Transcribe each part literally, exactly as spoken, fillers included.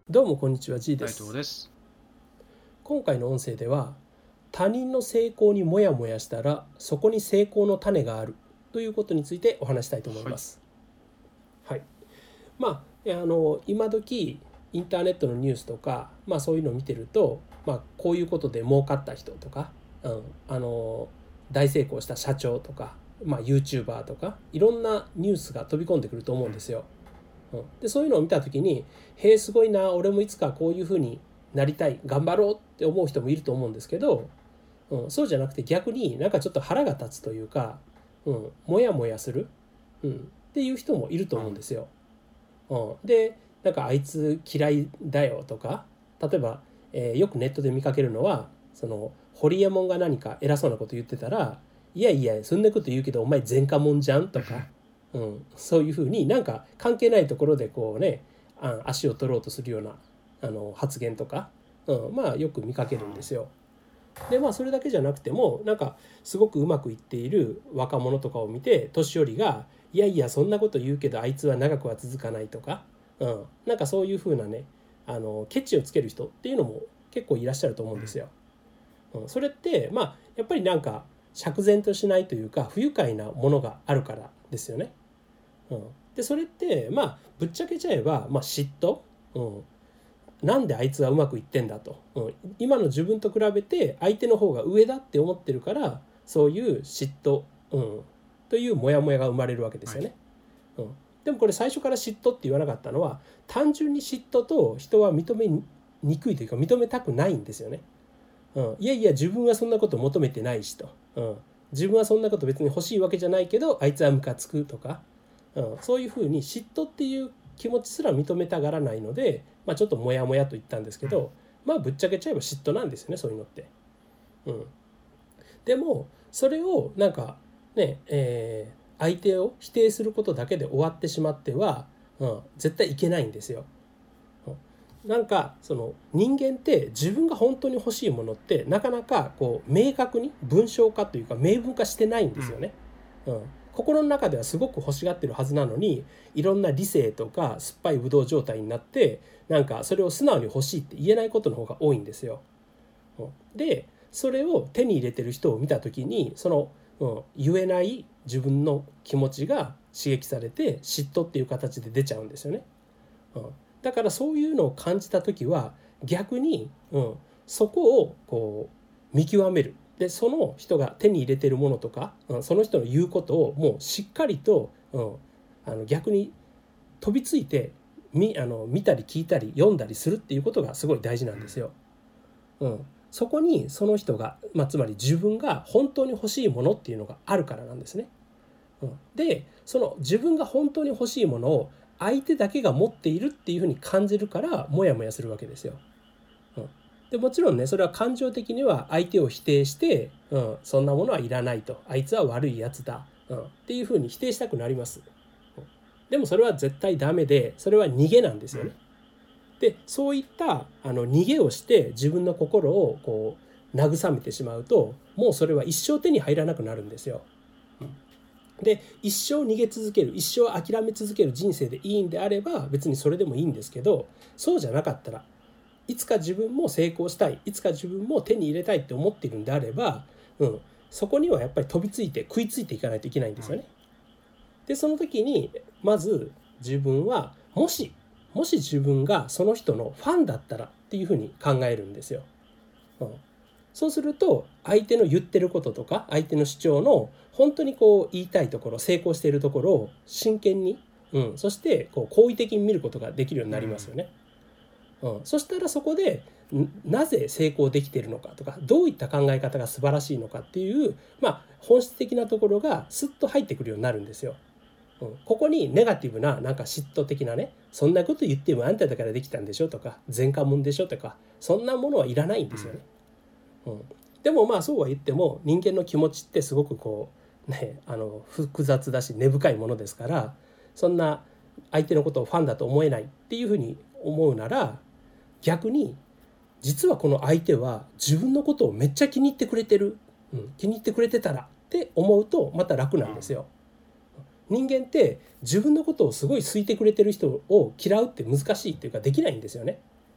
どうもこんにちは、 G で斉藤す。 です。 今回の音声では、他人の成功にモヤモヤしたらそこに成功の種があるということについてお話したいと思いはい。 ます。はい。まあ、あの今時インターネットのニュースとか、まあ、そういうのを見てると、まあ、こういうことで儲かった人とか、うん、あの大成功した社長とか、まあ、YouTuber とかいろんなニュースが飛び込んでくると思うんですよ。うん、でそういうのを見た時に、へえすごいな、俺もいつかこういうふうになりたい、頑張ろうって思う人もいると思うんですけど、うん、そうじゃなくて逆になんかちょっと腹が立つというか、うん、もやもやする、うん、っていう人もいるとうん。 思うんですよ。うん、でなんかあいつ嫌いだよとか、例えば、えーよくネットで見かけるのは、そのホリエモンが何か偉そうなこと言ってたら、いやいやそんなこと言うけどお前前科者じゃんとか、うん、そういうふうになんか関係ないところでこうね、あ足を取ろうとするようなあの発言とか、うん、まあよく見かけるんですよ。でまあそれだけじゃなくても、なんかすごくうまくいっている若者とかを見て、年寄りがいやいやそんなこと言うけどあいつは長くは続かないとか、うん、なんかそういうふうなね、あのケチをつける人っていうのも結構いらっしゃると思うんですよ。うん、それってまあやっぱりなんか釈然としないというか、不愉快なものがあるからですよね。うん、でそれってまあぶっちゃけちゃえば、まあ、嫉妬、うん、なんであいつはうまくいってんだと、うん、今の自分と比べて相手の方が上だって思ってるから、そういう嫉妬、うん、というモヤモヤが生まれるわけですはい。 よね。うん、でもこれ最初から嫉妬って言わなかったのは、単純に嫉妬と人は認めにくいというか認めたくないんですよね。うん、いやいや自分はそんなこと求めてないしと、うん、自分はそんなこと別に欲しいわけじゃないけどあいつはムカつくとか、うん、そういうふうに嫉妬っていう気持ちすら認めたがらないので、まあ、ちょっとモヤモヤと言ったんですけうん。 ど、まあぶっちゃけちゃえば嫉妬なんですよね、そういうのって。うん、でもそれをなんかね、えー相手を否定することだけで終わってしまっては、うん、絶対いけないんですよ。なんかその人間って自分が本当に欲しいものってなかなかこう明確に文章化というか明文化してないんでうん。 すよね。うん、心の中ではすごく欲しがってるはずなのに、いろんな理性とか酸っぱいブドウ状態になって、なんかそれを素直に欲しいって言えないことの方が多いんですよ。うん、でそれを手に入れてる人を見た時に、その、うん、言えない自分の気持ちが刺激されて嫉妬っていう形で出ちゃうんですよね。うん、だからそういうのを感じた時は逆に、うん、そこをこう見極める。でその人が手に入れてるものとか、うん、その人の言うことをもうしっかりと、うん、あの逆に飛びついて見あの見たり聞いたり読んだりするっていうことがすごい大事なんですよ。うん、そこにその人が、まあ、つまり自分が本当に欲しいものっていうのがあるからなんですね。うん、でその自分が本当に欲しいものを相手だけが持っているっていうふうに感じるからモヤモヤするわけですよ。うん、でもちろんね、それは感情的には相手を否定して、うん、そんなものはいらないと、あいつは悪いやつだ、うん、っていうふうに否定したくなります。うん、でもそれは絶対ダメで、それは逃げなんですよね。 うん。 でそういったあの逃げをして自分の心をこう慰めてしまうと、もうそれは一生手に入らなくなるんですよ。で一生逃げ続ける、一生諦め続ける人生でいいんであれば別にそれでもいいんですけど、そうじゃなかったら、いつか自分も成功したい、いつか自分も手に入れたいって思っているんであれば、うん、そこにはやっぱり飛びついて食いついていかないといけないんですはい。 よね。でその時にまず自分はもしもし自分がその人のファンだったらっていうふうに考えるんですよ。うん、そうすると相手の言ってることとか相手の主張の本当にこう言いたいところ、成功しているところを真剣に、うん、そしてこう好意的に見ることができるようになりますうん。 よね。うん、そしたらそこでなぜ成功できているのかとか、どういった考え方が素晴らしいのかっていう、まあ、本質的なところがスッと入ってくるようになるんですよ。うん、ここにネガティブななんか嫉妬的なね、そんなこと言ってもあんただからできたんでしょとか、前科者でしょとか、そんなものはいらないんですよね。 うん。 うん、でもまあそうは言っても人間の気持ちってすごくこうね、あの複雑だし根深いものですから、そんな相手のことをファンだと思えないっていうふうに思うなら、逆に実はこの相手は自分のことをめっちゃ気に入ってくれてる、うん、気に入ってくれてたらって思うとまた楽なんですよ。人間って自分のことをすごい好いてくれてる人を嫌うって難しいっていうかできないんですよね。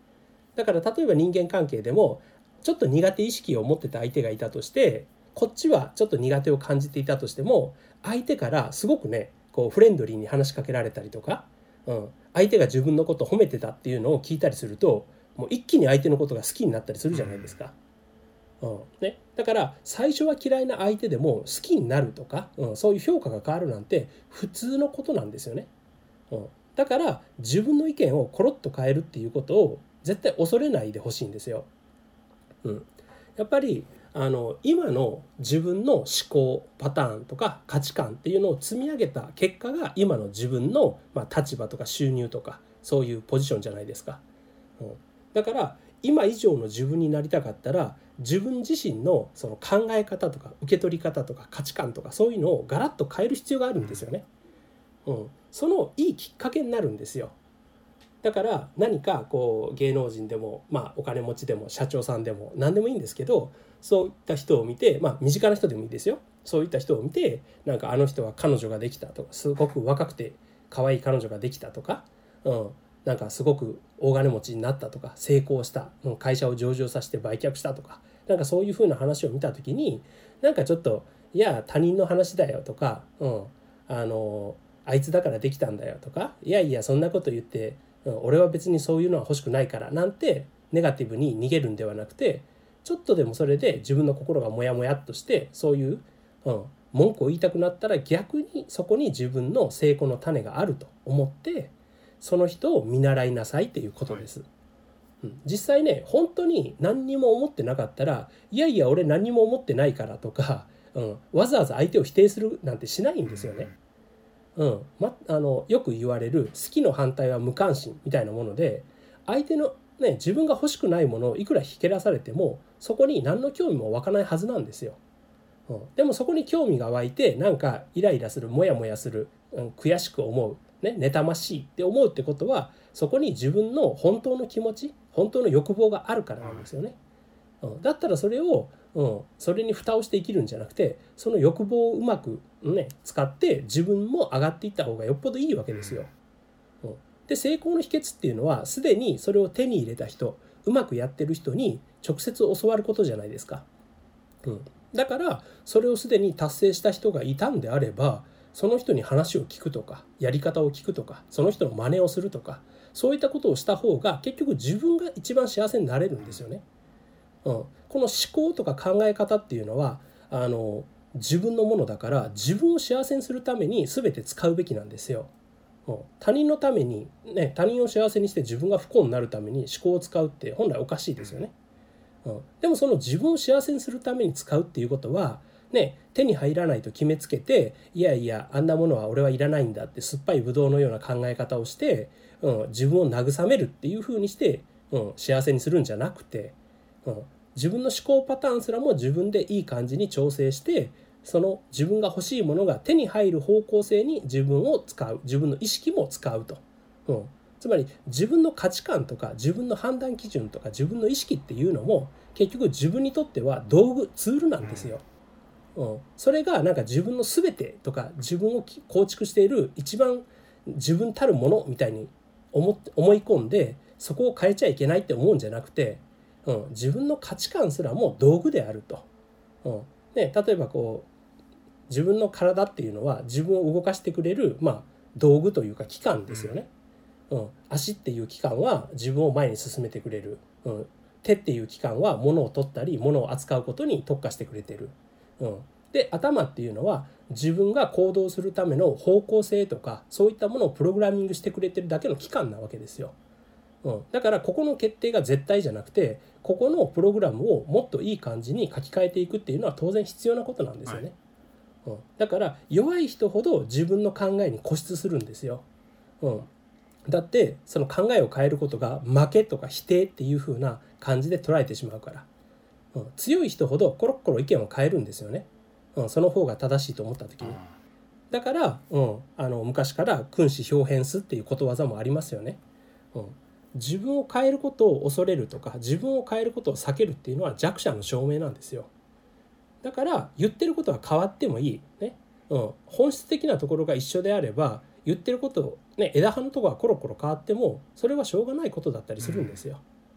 だから例えば人間関係でもちょっと苦手意識を持ってた相手がいたとして、こっちはちょっと苦手を感じていたとしても、相手からすごくねこうフレンドリーに話しかけられたりとか、うん、相手が自分のことを褒めてたっていうのを聞いたりすると、もう一気に相手のことが好きになったりするじゃないですか。うんね、だから最初は嫌いな相手でも好きになるとか、うん、そういう評価が変わるなんて普通のことなんですよね。うん、だから自分の意見をコロッと変えるっていうことを絶対恐れないでほしいんですよ。うん、やっぱりあの今の自分の思考パターンとか価値観っていうのを積み上げた結果が今の自分の、まあ、立場とか収入とかそういうポジションじゃないですか。うん、だから今以上の自分になりたかったら、自分自身のその考え方とか受け取り方とか価値観とかそういうのをガラッと変える必要があるんですよね。うん、そのいいきっかけになるんですよ。だから何かこう芸能人でも、まあ、お金持ちでも社長さんでも何でもいいんですけど、そういった人を見て、まあ身近な人でもいいですよ。そういった人を見て、なんかあの人は彼女ができたとか、すごく若くて可愛い彼女ができたとか、うん、なんかすごく大金持ちになったとか、成功した、会社を上場させて売却したとか、なんかそういうふうな話を見た時に、なんかちょっといや他人の話だよとか、うん、あのあいつだからできたんだよとか、いやいやそんなこと言って、うん、俺は別にそういうのは欲しくないからなんてネガティブに逃げるんではなくて、ちょっとでもそれで自分の心がモヤモヤっとして、そういう、うん、文句を言いたくなったら、逆にそこに自分の成功の種があると思ってその人を見習いなさいっていうことです。うん、実際ね本当に何にも思ってなかったら、いやいや俺何にも思ってないからとか、うん、わざわざ相手を否定するなんてしないんですよね。うんま、あのよく言われる好きの反対は無関心みたいなもので、相手の、ね、自分が欲しくないものをいくらひけらされてもそこに何の興味も湧かないはずなんですよ。うん、でもそこに興味が湧いて、なんかイライラする、モヤモヤする、うん、悔しく思う、ね、妬ましいって思うってことは、そこに自分の本当の気持ち、本当の欲望があるからなんですよね。うん、だったらそれを、うん、それに蓋をして生きるんじゃなくて、その欲望をうまく、ね、使って自分も上がっていった方がよっぽどいいわけですよ。うん、で成功の秘訣っていうのは、すでにそれを手に入れた人、うまくやってる人に直接教わることじゃないですか。うん、だからそれをすでに達成した人がいたんであれば、その人に話を聞くとか、やり方を聞くとか、その人の真似をするとか、そういったことをした方が結局自分が一番幸せになれるんですよね。うん、この思考とか考え方っていうのはあの自分のものだから、自分を幸せにするために全て使うべきなんですよ。うん、他人のために、ね、他人を幸せにして自分が不幸になるために思考を使うって本来おかしいですよね。うん、でもその自分を幸せにするために使うっていうことは、ね、手に入らないと決めつけて、いやいやあんなものは俺はいらないんだって酸っぱいブドウのような考え方をして、うん、自分を慰めるっていう風にして、うん、幸せにするんじゃなくて、うん、自分の思考パターンすらも自分でいい感じに調整して、その自分が欲しいものが手に入る方向性に自分を使う、自分の意識も使うと、うん、つまり自分の価値観とか自分の判断基準とか自分の意識っていうのも結局自分にとっては道具、ツールなんですよ。うん、それがなんか自分の全てとか自分を構築している一番自分たるものみたいに思って思い込んで、そこを変えちゃいけないって思うんじゃなくて、うん、自分の価値観すらも道具であると。うんね、例えばこう自分の体っていうのは自分を動かしてくれる、まあ、道具というか器官ですよね。うん、足っていう器官は自分を前に進めてくれる、うん、手っていう器官は物を取ったり物を扱うことに特化してくれてる、うん、で頭っていうのは自分が行動するための方向性とかそういったものをプログラミングしてくれてるだけの器官なわけですよ。うん、だからここの決定が絶対じゃなくて、ここのプログラムをもっといい感じに書き換えていくっていうのは当然必要なことなんですよね。はい、うん、だから弱い人ほど自分の考えに固執するんですよ。うん、だってその考えを変えることが負けとか否定っていう風な感じで捉えてしまうから、うん、強い人ほどコロッコロ意見を変えるんですよね。うん、その方が正しいと思った時に。だから、うん、あの昔から君子表変すっていうことわざもありますよね。うん、自分を変えることを恐れるとか自分を変えることを避けるっていうのは弱者の証明なんですよ。だから言ってることは変わってもいい、ね、うん、本質的なところが一緒であれば言ってることを、ね、枝葉のところがコロコロ変わってもそれはしょうがないことだったりするんですよ。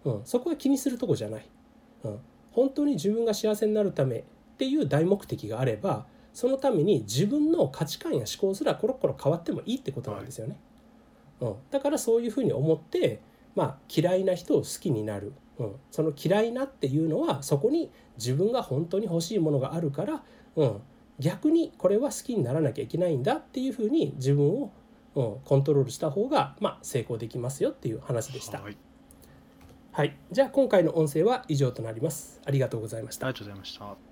うん、そこは気にするとこじゃない、うん、本当に自分が幸せになるためっていう大目的があれば、そのために自分の価値観や思考すらコロコロ変わってもいいってことなんですよね、はい、うん、だからそういうふうに思って、まあ、嫌いな人を好きになる、うん、その嫌いなっていうのはそこに自分が本当に欲しいものがあるから、うん、逆にこれは好きにならなきゃいけないんだっていうふうに自分を、うん、コントロールした方が、まあ、成功できますよっていう話でした。はい、はい、じゃあ今回の音声は以上となります。ありがとうございました。 ありがとうございました。